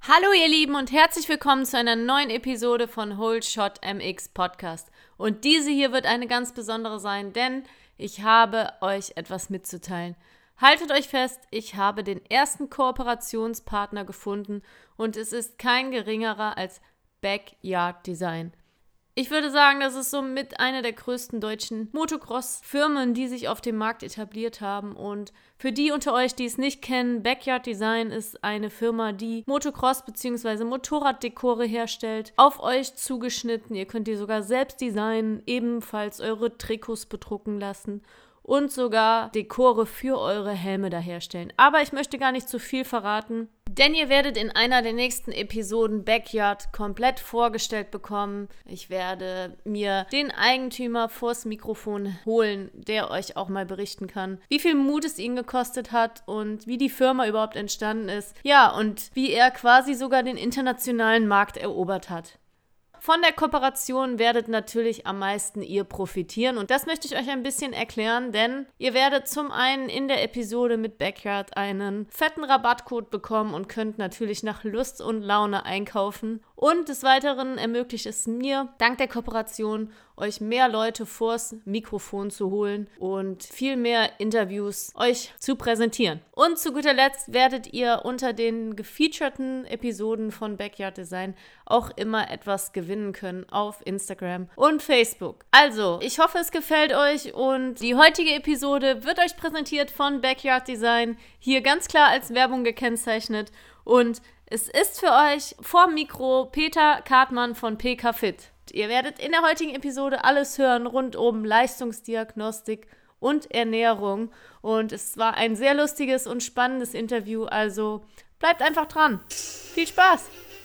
Hallo ihr Lieben und herzlich willkommen zu einer neuen Episode von Whole Shot MX Podcast. Und diese hier wird eine ganz besondere sein, denn ich habe euch etwas mitzuteilen. Haltet euch fest, ich habe den ersten Kooperationspartner gefunden und es ist kein geringerer als Backyard Design. Ich würde sagen, das ist somit eine der größten deutschen Motocross-Firmen, die sich auf dem Markt etabliert haben. Und für die unter euch, die es nicht kennen, Backyard Design ist eine Firma, die Motocross- bzw. Motorraddekore herstellt, auf euch zugeschnitten. Ihr könnt die sogar selbst designen, ebenfalls eure Trikots bedrucken lassen und sogar Dekore für eure Helme da herstellen. Aber ich möchte gar nicht zu viel verraten, denn ihr werdet in einer der nächsten Episoden Backyard komplett vorgestellt bekommen. Ich werde mir den Eigentümer vors Mikrofon holen, der euch auch mal berichten kann, wie viel Mut es ihn gekostet hat und wie die Firma überhaupt entstanden ist. Ja, und wie er quasi sogar den internationalen Markt erobert hat. Von der Kooperation werdet natürlich am meisten ihr profitieren und das möchte ich euch ein bisschen erklären, denn ihr werdet zum einen in der Episode mit Backyard einen fetten Rabattcode bekommen und könnt natürlich nach Lust und Laune einkaufen. Und des Weiteren ermöglicht es mir, dank der Kooperation, euch mehr Leute vors Mikrofon zu holen und viel mehr Interviews euch zu präsentieren. Und zu guter Letzt werdet ihr unter den gefeaturten Episoden von Backyard Design auch immer etwas gewinnen können auf Instagram und Facebook. Also, ich hoffe, es gefällt euch und die heutige Episode wird euch präsentiert von Backyard Design, hier ganz klar als Werbung gekennzeichnet und es ist für euch vorm Mikro Peter Kartmann von PK Fit. Ihr werdet in der heutigen Episode alles hören rund um Leistungsdiagnostik und Ernährung. Und es war ein sehr lustiges und spannendes Interview, also bleibt einfach dran. Viel Spaß!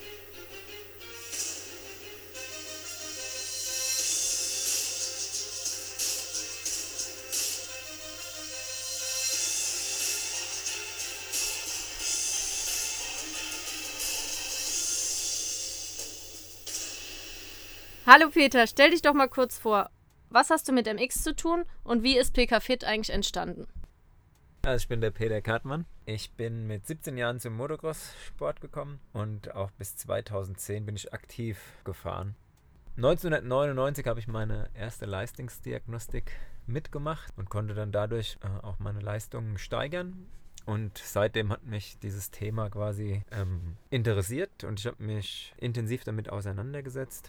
Hallo Peter, stell dich doch mal kurz vor. Was hast du mit MX zu tun und wie ist PK Fit eigentlich entstanden? Also ich bin der Peter Kartmann. Ich bin mit 17 Jahren zum Motocross-Sport gekommen und auch bis 2010 bin ich aktiv gefahren. 1999 habe ich meine erste Leistungsdiagnostik mitgemacht und konnte dann dadurch auch meine Leistungen steigern. Und seitdem hat mich dieses Thema quasi interessiert und ich habe mich intensiv damit auseinandergesetzt.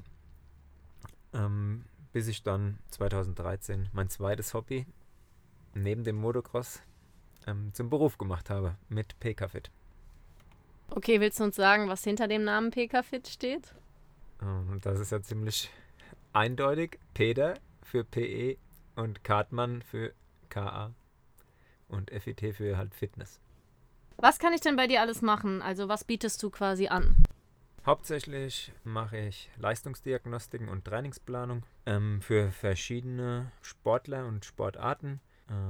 Bis ich dann 2013 mein zweites Hobby neben dem Motocross zum Beruf gemacht habe mit PK Fit. Okay, willst du uns sagen, was hinter dem Namen PK Fit steht? Das ist ja ziemlich eindeutig. Peter für PE und Kartmann für KA und FIT für halt Fitness. Was kann ich denn bei dir alles machen? Also was bietest du quasi an? Hauptsächlich mache ich Leistungsdiagnostiken und Trainingsplanung für verschiedene Sportler und Sportarten.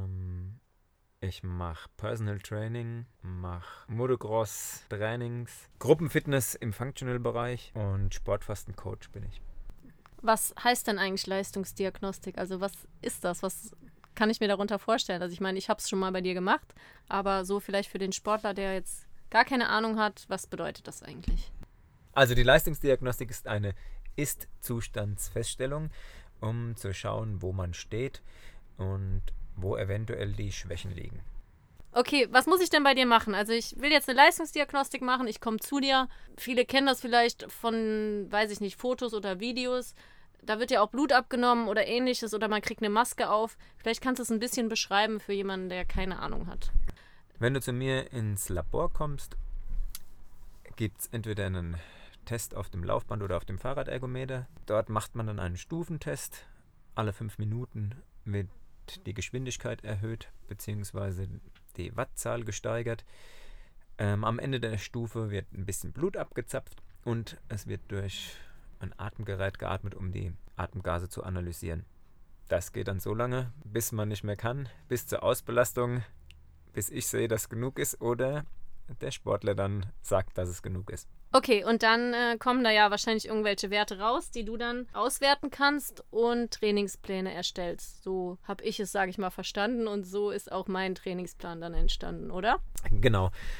Ich mache Personal Training, mache Motocross-Trainings, Gruppenfitness im Functional-Bereich und Sportfastencoach bin ich. Was heißt denn eigentlich Leistungsdiagnostik? Also was ist das? Was kann ich mir darunter vorstellen? Also ich meine, ich habe es schon mal bei dir gemacht, aber so vielleicht für den Sportler, der jetzt gar keine Ahnung hat, was bedeutet das eigentlich? Also die Leistungsdiagnostik ist eine Ist-Zustandsfeststellung, um zu schauen, wo man steht und wo eventuell die Schwächen liegen. Okay, was muss ich denn bei dir machen? Also ich will jetzt eine Leistungsdiagnostik machen, ich komme zu dir. Viele kennen das vielleicht von, weiß ich nicht, Fotos oder Videos. Da wird ja auch Blut abgenommen oder ähnliches oder man kriegt eine Maske auf. Vielleicht kannst du es ein bisschen beschreiben für jemanden, der keine Ahnung hat. Wenn du zu mir ins Labor kommst, gibt es entweder einen Test auf dem Laufband oder auf dem Fahrradergometer. Dort macht man dann einen Stufentest. Alle 5 Minuten wird die Geschwindigkeit erhöht bzw. die Wattzahl gesteigert. Am Ende der Stufe wird ein bisschen Blut abgezapft und es wird durch ein Atemgerät geatmet, um die Atemgase zu analysieren. Das geht dann so lange, bis man nicht mehr kann, bis zur Ausbelastung, bis ich sehe, dass genug ist oder der Sportler dann sagt, dass es genug ist. Okay, und dann kommen da ja wahrscheinlich irgendwelche Werte raus, die du dann auswerten kannst und Trainingspläne erstellst. So habe ich es, sage ich mal, verstanden und so ist auch mein Trainingsplan dann entstanden, oder? Genau.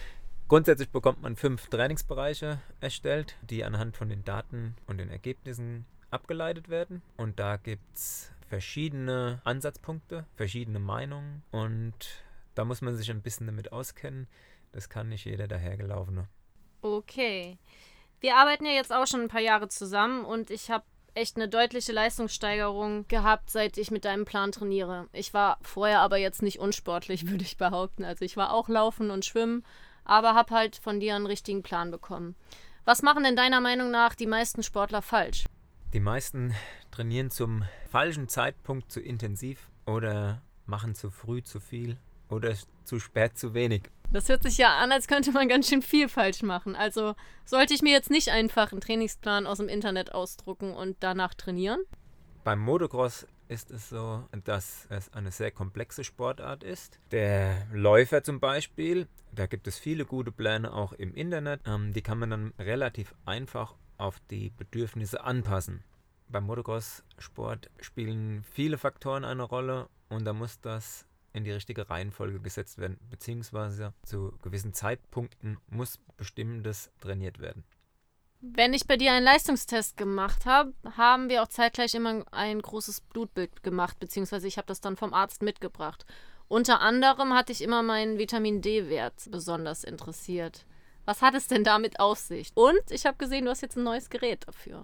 Grundsätzlich bekommt man 5 Trainingsbereiche erstellt, die anhand von den Daten und den Ergebnissen abgeleitet werden. Und da gibt es verschiedene Ansatzpunkte, verschiedene Meinungen und da muss man sich ein bisschen damit auskennen. Das kann nicht jeder dahergelaufene. Okay. Wir arbeiten ja jetzt auch schon ein paar Jahre zusammen und ich habe echt eine deutliche Leistungssteigerung gehabt, seit ich mit deinem Plan trainiere. Ich war vorher aber jetzt nicht unsportlich, würde ich behaupten. Also ich war auch laufen und schwimmen, aber habe halt von dir einen richtigen Plan bekommen. Was machen denn deiner Meinung nach die meisten Sportler falsch? Die meisten trainieren zum falschen Zeitpunkt zu intensiv oder machen zu früh zu viel oder zu spät zu wenig. Das hört sich ja an, als könnte man ganz schön viel falsch machen. Also sollte ich mir jetzt nicht einfach einen Trainingsplan aus dem Internet ausdrucken und danach trainieren? Beim Motocross ist es so, dass es eine sehr komplexe Sportart ist. Der Läufer zum Beispiel, da gibt es viele gute Pläne auch im Internet. Die kann man dann relativ einfach auf die Bedürfnisse anpassen. Beim Motocross-Sport spielen viele Faktoren eine Rolle und da muss das in die richtige Reihenfolge gesetzt werden, beziehungsweise zu gewissen Zeitpunkten muss Bestimmtes trainiert werden. Wenn ich bei dir einen Leistungstest gemacht habe, haben wir auch zeitgleich immer ein großes Blutbild gemacht, beziehungsweise ich habe das dann vom Arzt mitgebracht. Unter anderem hatte ich immer meinen Vitamin-D-Wert besonders interessiert. Was hat es denn damit auf sich? Und ich habe gesehen, du hast jetzt ein neues Gerät dafür.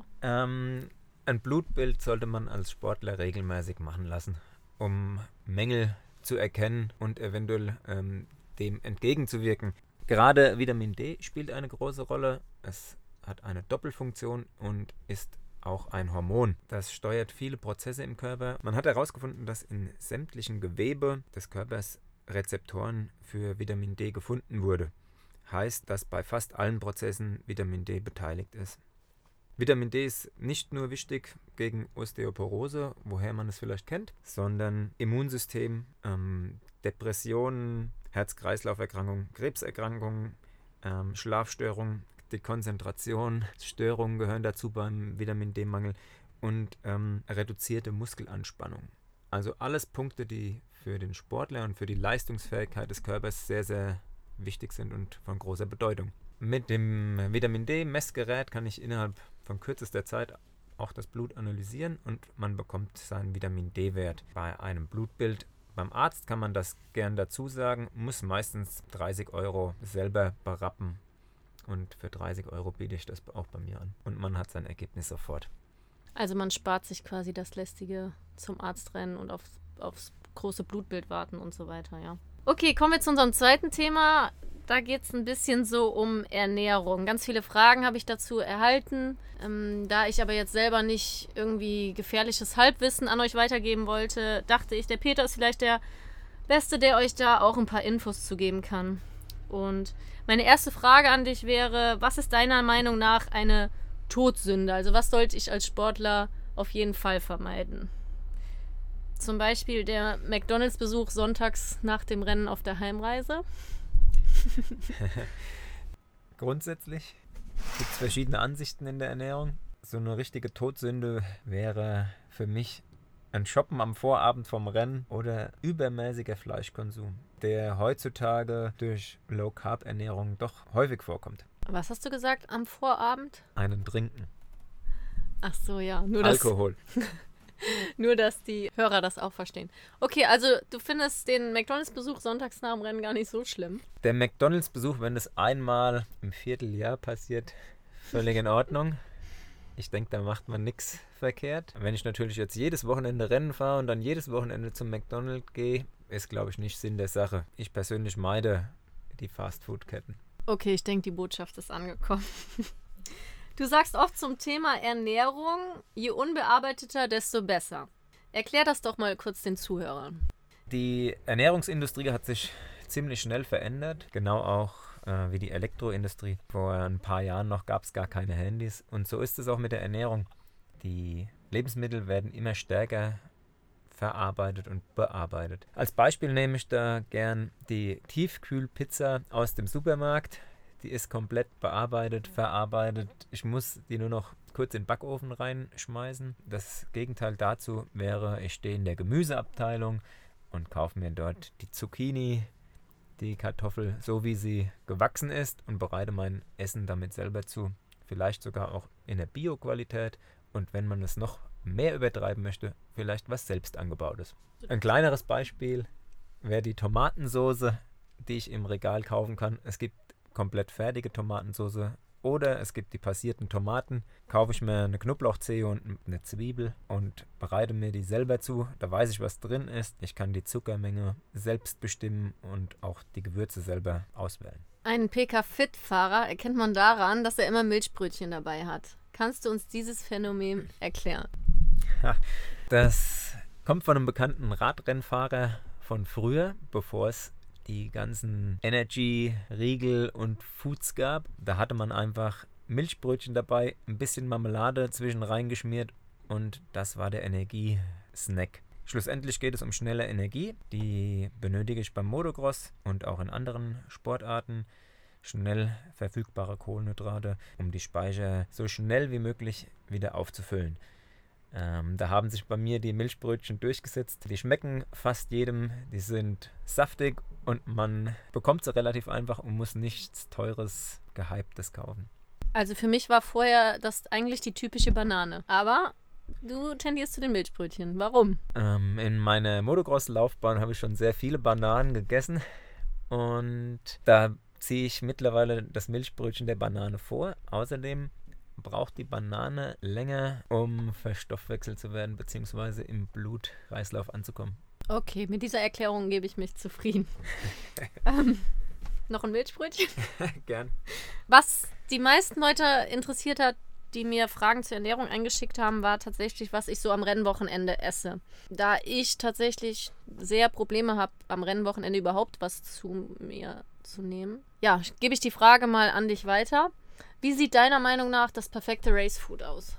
Ein Blutbild sollte man als Sportler regelmäßig machen lassen, um Mängel zu erkennen und eventuell dem entgegenzuwirken. Gerade Vitamin D spielt eine große Rolle. Es hat eine Doppelfunktion und ist auch ein Hormon. Das steuert viele Prozesse im Körper. Man hat herausgefunden, dass in sämtlichen Gewebe des Körpers Rezeptoren für Vitamin D gefunden wurde. Heißt, dass bei fast allen Prozessen Vitamin D beteiligt ist. Vitamin D ist nicht nur wichtig gegen Osteoporose, woher man es vielleicht kennt, sondern Immunsystem, Depressionen, Herz-Kreislauf-Erkrankungen, Krebserkrankungen, Schlafstörungen, die Konzentration, Störungen gehören dazu beim Vitamin D-Mangel und reduzierte Muskelanspannung. Also alles Punkte, die für den Sportler und für die Leistungsfähigkeit des Körpers sehr, sehr wichtig sind und von großer Bedeutung. Mit dem Vitamin D-Messgerät kann ich innerhalb von kürzester Zeit auch das Blut analysieren und man bekommt seinen Vitamin D-Wert bei einem Blutbild. Beim Arzt kann man das gern dazu sagen, muss meistens 30 € selber berappen und für 30 € biete ich das auch bei mir an und man hat sein Ergebnis sofort. Also man spart sich quasi das lästige zum Arzt rennen und aufs große Blutbild warten und so weiter, ja. Okay, kommen wir zu unserem zweiten Thema. Da geht es ein bisschen so um Ernährung. Ganz viele Fragen habe ich dazu erhalten. Da ich aber jetzt selber nicht irgendwie gefährliches Halbwissen an euch weitergeben wollte, dachte ich, der Peter ist vielleicht der Beste, der euch da auch ein paar Infos zu geben kann. Und meine erste Frage an dich wäre, was ist deiner Meinung nach eine Todsünde? Also was sollte ich als Sportler auf jeden Fall vermeiden? Zum Beispiel der McDonalds-Besuch sonntags nach dem Rennen auf der Heimreise. Grundsätzlich gibt es verschiedene Ansichten in der Ernährung. So eine richtige Todsünde wäre für mich ein Shoppen am Vorabend vom Rennen oder übermäßiger Fleischkonsum, der heutzutage durch Low-Carb-Ernährung doch häufig vorkommt. Was hast du gesagt am Vorabend? Einen trinken. Ach so, ja. Alkohol. Nur, dass die Hörer das auch verstehen. Okay, also du findest den McDonalds-Besuch sonntags nach dem Rennen gar nicht so schlimm? Der McDonalds-Besuch, wenn es einmal im Vierteljahr passiert, völlig in Ordnung. Ich denke, da macht man nichts verkehrt. Wenn ich natürlich jetzt jedes Wochenende Rennen fahre und dann jedes Wochenende zum McDonald's gehe, ist, glaube ich, nicht Sinn der Sache. Ich persönlich meide die Fastfood-Ketten. Okay, ich denke, die Botschaft ist angekommen. Du sagst oft zum Thema Ernährung, je unbearbeiteter, desto besser. Erklär das doch mal kurz den Zuhörern. Die Ernährungsindustrie hat sich ziemlich schnell verändert, genau auch wie die Elektroindustrie. Vor ein paar Jahren noch gab es gar keine Handys und so ist es auch mit der Ernährung. Die Lebensmittel werden immer stärker verarbeitet und bearbeitet. Als Beispiel nehme ich da gern die Tiefkühlpizza aus dem Supermarkt. Die ist komplett bearbeitet, verarbeitet. Ich muss die nur noch kurz in den Backofen reinschmeißen. Das Gegenteil dazu wäre, ich stehe in der Gemüseabteilung und kaufe mir dort die Zucchini, die Kartoffel so, wie sie gewachsen ist und bereite mein Essen damit selber zu. Vielleicht sogar auch in der Bio-Qualität und wenn man es noch mehr übertreiben möchte, vielleicht was selbst angebautes. Ein kleineres Beispiel wäre die Tomatensoße, die ich im Regal kaufen kann. Es gibt komplett fertige Tomatensoße oder es gibt die passierten Tomaten. Kaufe ich mir eine Knoblauchzehe und eine Zwiebel und bereite mir die selber zu. Da weiß ich, was drin ist. Ich kann die Zuckermenge selbst bestimmen und auch die Gewürze selber auswählen. Einen PK-Fit-Fahrer erkennt man daran, dass er immer Milchbrötchen dabei hat. Kannst du uns dieses Phänomen erklären? Das kommt von einem bekannten Radrennfahrer von früher, bevor es die ganzen Energy-Riegel und Foods gab. Da hatte man einfach Milchbrötchen dabei, ein bisschen Marmelade zwischen reingeschmiert und das war der Energiesnack. Schlussendlich geht es um schnelle Energie, die benötige ich beim Motocross und auch in anderen Sportarten. Schnell verfügbare Kohlenhydrate, um die Speicher so schnell wie möglich wieder aufzufüllen. Da haben sich bei mir die Milchbrötchen durchgesetzt. Die schmecken fast jedem, die sind saftig und man bekommt sie relativ einfach und muss nichts Teures, Gehyptes kaufen. Also für mich war vorher das eigentlich die typische Banane, aber du tendierst zu den Milchbrötchen. Warum? In meiner Motocross-Laufbahn habe ich schon sehr viele Bananen gegessen und da ziehe ich mittlerweile das Milchbrötchen der Banane vor. Außerdem braucht die Banane länger, um verstoffwechselt zu werden, beziehungsweise im Blutkreislauf anzukommen. Okay, mit dieser Erklärung gebe ich mich zufrieden. Noch ein Milchbrötchen? Gern. Was die meisten Leute interessiert hat, die mir Fragen zur Ernährung eingeschickt haben, war tatsächlich, was ich so am Rennwochenende esse. Da ich tatsächlich sehr Probleme habe, am Rennwochenende überhaupt was zu mir zu nehmen. Ja, gebe ich die Frage mal an dich weiter. Wie sieht deiner Meinung nach das perfekte Racefood aus?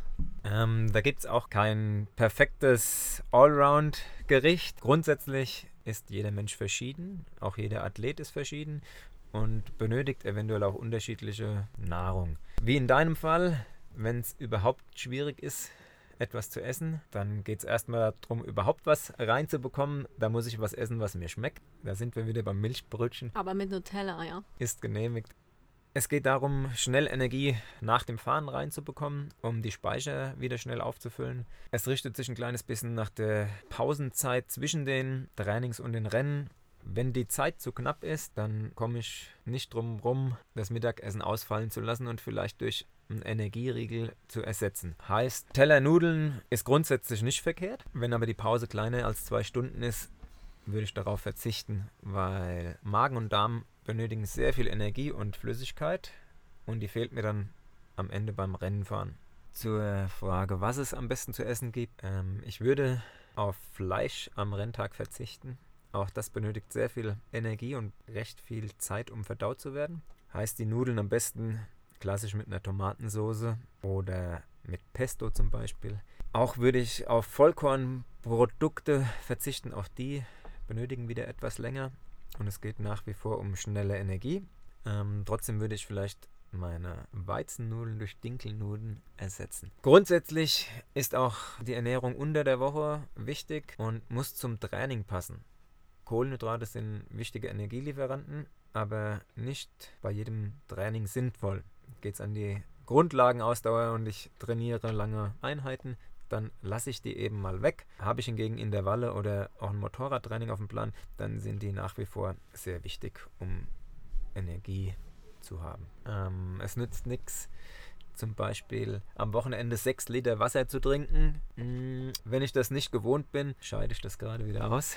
Da gibt es auch kein perfektes Allround-Gericht. Grundsätzlich ist jeder Mensch verschieden, auch jeder Athlet ist verschieden und benötigt eventuell auch unterschiedliche Nahrung. Wie in deinem Fall, wenn es überhaupt schwierig ist, etwas zu essen, dann geht es erstmal darum, überhaupt was reinzubekommen. Da muss ich was essen, was mir schmeckt. Da sind wir wieder beim Milchbrötchen. Aber mit Nutella, ja. Ist genehmigt. Es geht darum, schnell Energie nach dem Fahren reinzubekommen, um die Speicher wieder schnell aufzufüllen. Es richtet sich ein kleines bisschen nach der Pausenzeit zwischen den Trainings und den Rennen. Wenn die Zeit zu knapp ist, dann komme ich nicht drum rum, das Mittagessen ausfallen zu lassen und vielleicht durch einen Energieriegel zu ersetzen. Heißt, Teller Nudeln ist grundsätzlich nicht verkehrt. Wenn aber die Pause kleiner als 2 Stunden ist, würde ich darauf verzichten, weil Magen und Darm benötigen sehr viel Energie und Flüssigkeit und die fehlt mir dann am Ende beim Rennenfahren. Zur Frage, was es am besten zu essen gibt. Ich würde auf Fleisch am Renntag verzichten. Auch das benötigt sehr viel Energie und recht viel Zeit, um verdaut zu werden. Heißt, die Nudeln am besten klassisch mit einer Tomatensoße oder mit Pesto zum Beispiel. Auch würde ich auf Vollkornprodukte verzichten. Auch die benötigen wieder etwas länger. Und es geht nach wie vor um schnelle Energie. Trotzdem würde ich vielleicht meine Weizennudeln durch Dinkelnudeln ersetzen. Grundsätzlich ist auch die Ernährung unter der Woche wichtig und muss zum Training passen. Kohlenhydrate sind wichtige Energielieferanten, aber nicht bei jedem Training sinnvoll. Geht es an die Grundlagenausdauer und ich trainiere lange Einheiten, dann lasse ich die eben mal weg. Habe ich hingegen Intervalle oder auch ein Motorradtraining auf dem Plan, dann sind die nach wie vor sehr wichtig, um Energie zu haben. Es nützt nichts, zum Beispiel am Wochenende 6 Liter Wasser zu trinken. Wenn ich das nicht gewohnt bin, scheide ich das gerade wieder aus.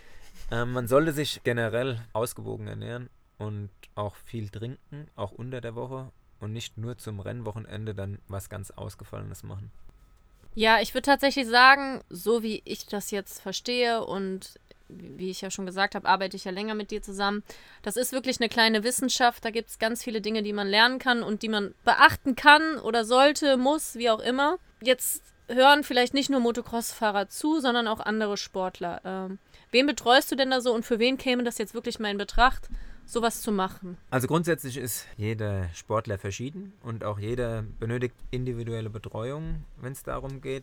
Man sollte sich generell ausgewogen ernähren und auch viel trinken, auch unter der Woche und nicht nur zum Rennwochenende dann was ganz Ausgefallenes machen. Ja, ich würde tatsächlich sagen, so wie ich das jetzt verstehe und wie ich ja schon gesagt habe, arbeite ich ja länger mit dir zusammen. Das ist wirklich eine kleine Wissenschaft. Da gibt es ganz viele Dinge, die man lernen kann und die man beachten kann oder sollte, muss, wie auch immer. Jetzt hören vielleicht nicht nur Motocross-Fahrer zu, sondern auch andere Sportler. Wen betreust du denn da so und für wen käme das jetzt wirklich mal in Betracht, sowas zu machen? Also grundsätzlich ist jeder Sportler verschieden und auch jeder benötigt individuelle Betreuung, wenn es darum geht.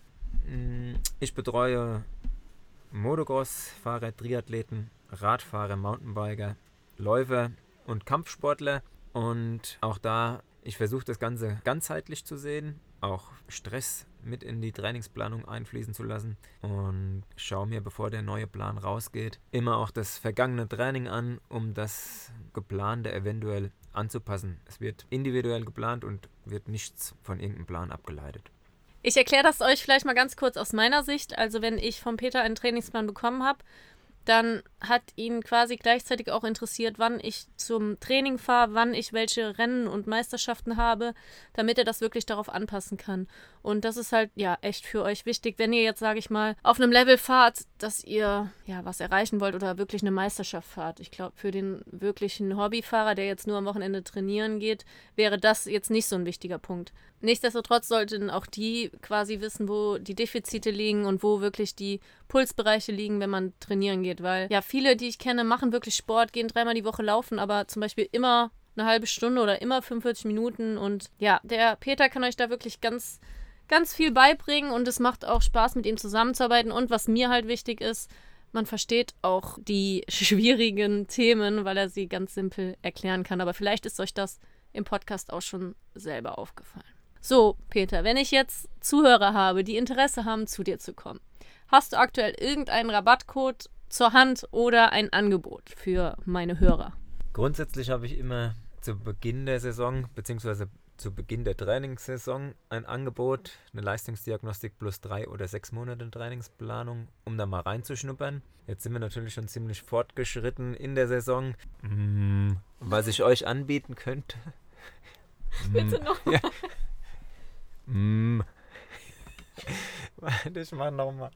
Ich betreue Motocross-Fahrer, Triathleten, Radfahrer, Mountainbiker Läufer und Kampfsportler. Und auch da, ich versuche das Ganze ganzheitlich zu sehen, auch Stress mit in die Trainingsplanung einfließen zu lassen und schaue mir, bevor der neue Plan rausgeht, immer auch das vergangene Training an, um das geplante eventuell anzupassen. Es wird individuell geplant und wird nichts von irgendeinem Plan abgeleitet. Ich erkläre das euch vielleicht mal ganz kurz aus meiner Sicht. Also wenn ich vom Peter einen Trainingsplan bekommen habe, dann hat ihn quasi gleichzeitig auch interessiert, wann ich zum Training fahre, wann ich welche Rennen und Meisterschaften habe, damit er das wirklich darauf anpassen kann. Und das ist halt, ja, echt für euch wichtig, wenn ihr jetzt, sage ich mal, auf einem Level fahrt, dass ihr, ja, was erreichen wollt oder wirklich eine Meisterschaft fahrt. Ich glaube, für den wirklichen Hobbyfahrer, der jetzt nur am Wochenende trainieren geht, wäre das jetzt nicht so ein wichtiger Punkt. Nichtsdestotrotz sollten auch die quasi wissen, wo die Defizite liegen und wo wirklich die Pulsbereiche liegen, wenn man trainieren geht. Weil ja, viele, die ich kenne, machen wirklich Sport, gehen 3-mal die Woche laufen, aber zum Beispiel immer eine halbe Stunde oder immer 45 Minuten. Und ja, der Peter kann euch da wirklich ganz, ganz viel beibringen und es macht auch Spaß, mit ihm zusammenzuarbeiten. Und was mir halt wichtig ist, man versteht auch die schwierigen Themen, weil er sie ganz simpel erklären kann. Aber vielleicht ist euch das im Podcast auch schon selber aufgefallen. So, Peter, wenn ich jetzt Zuhörer habe, die Interesse haben, zu dir zu kommen, hast du aktuell irgendeinen Rabattcode zur Hand oder ein Angebot für meine Hörer? Grundsätzlich habe ich immer zu Beginn der Saison bzw. zu Beginn der Trainingssaison ein Angebot, eine Leistungsdiagnostik plus 3 oder 6 Monate Trainingsplanung, um da mal reinzuschnuppern. Jetzt sind wir natürlich schon ziemlich fortgeschritten in der Saison. Was ich euch anbieten könnte. Bitte noch. Ja. Warte, ich mach nochmal.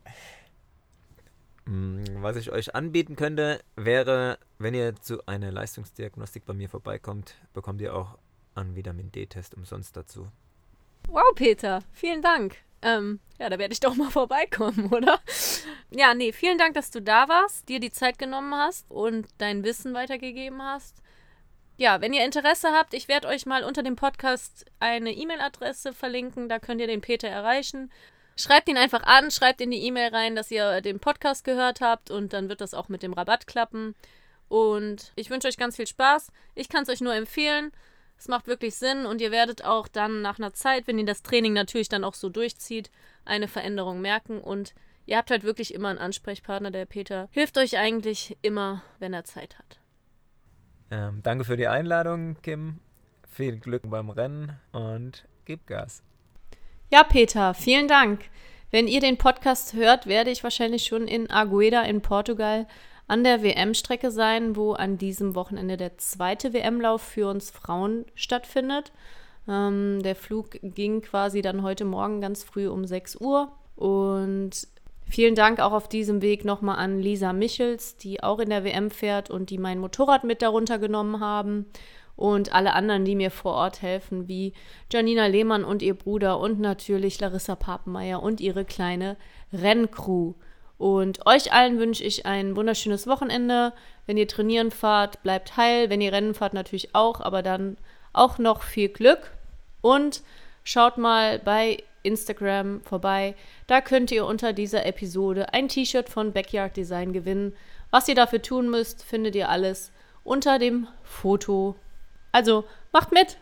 Was ich euch anbieten könnte, wäre, wenn ihr zu einer Leistungsdiagnostik bei mir vorbeikommt, bekommt ihr auch einen Vitamin-D-Test umsonst dazu. Wow, Peter, vielen Dank. Ja, da werde ich doch mal vorbeikommen, oder? Ja, nee, vielen Dank, dass du da warst, dir die Zeit genommen hast und dein Wissen weitergegeben hast. Ja, wenn ihr Interesse habt, ich werde euch mal unter dem Podcast eine E-Mail-Adresse verlinken, da könnt ihr den Peter erreichen. Schreibt ihn einfach an, schreibt in die E-Mail rein, dass ihr den Podcast gehört habt und dann wird das auch mit dem Rabatt klappen. Und ich wünsche euch ganz viel Spaß. Ich kann es euch nur empfehlen. Es macht wirklich Sinn und ihr werdet auch dann nach einer Zeit, wenn ihr das Training natürlich dann auch so durchzieht, eine Veränderung merken. Und ihr habt halt wirklich immer einen Ansprechpartner. Der Peter hilft euch eigentlich immer, wenn er Zeit hat. Danke für die Einladung, Kim. Viel Glück beim Rennen und gib Gas. Ja, Peter, vielen Dank. Wenn ihr den Podcast hört, werde ich wahrscheinlich schon in Argueda in Portugal an der WM-Strecke sein, wo an diesem Wochenende der zweite WM-Lauf für uns Frauen stattfindet. Der Flug ging quasi dann heute Morgen ganz früh um 6 Uhr. Und vielen Dank auch auf diesem Weg nochmal an Lisa Michels, die auch in der WM fährt und die mein Motorrad mit darunter genommen haben. Und alle anderen, die mir vor Ort helfen, wie Janina Lehmann und ihr Bruder und natürlich Larissa Papenmeier und ihre kleine Renncrew. Und euch allen wünsche ich ein wunderschönes Wochenende. Wenn ihr trainieren fahrt, bleibt heil. Wenn ihr Rennen fahrt, natürlich auch, aber dann auch noch viel Glück. Und schaut mal bei Instagram vorbei. Da könnt ihr unter dieser Episode ein T-Shirt von Backyard Design gewinnen. Was ihr dafür tun müsst, findet ihr alles unter dem Foto. Also macht mit,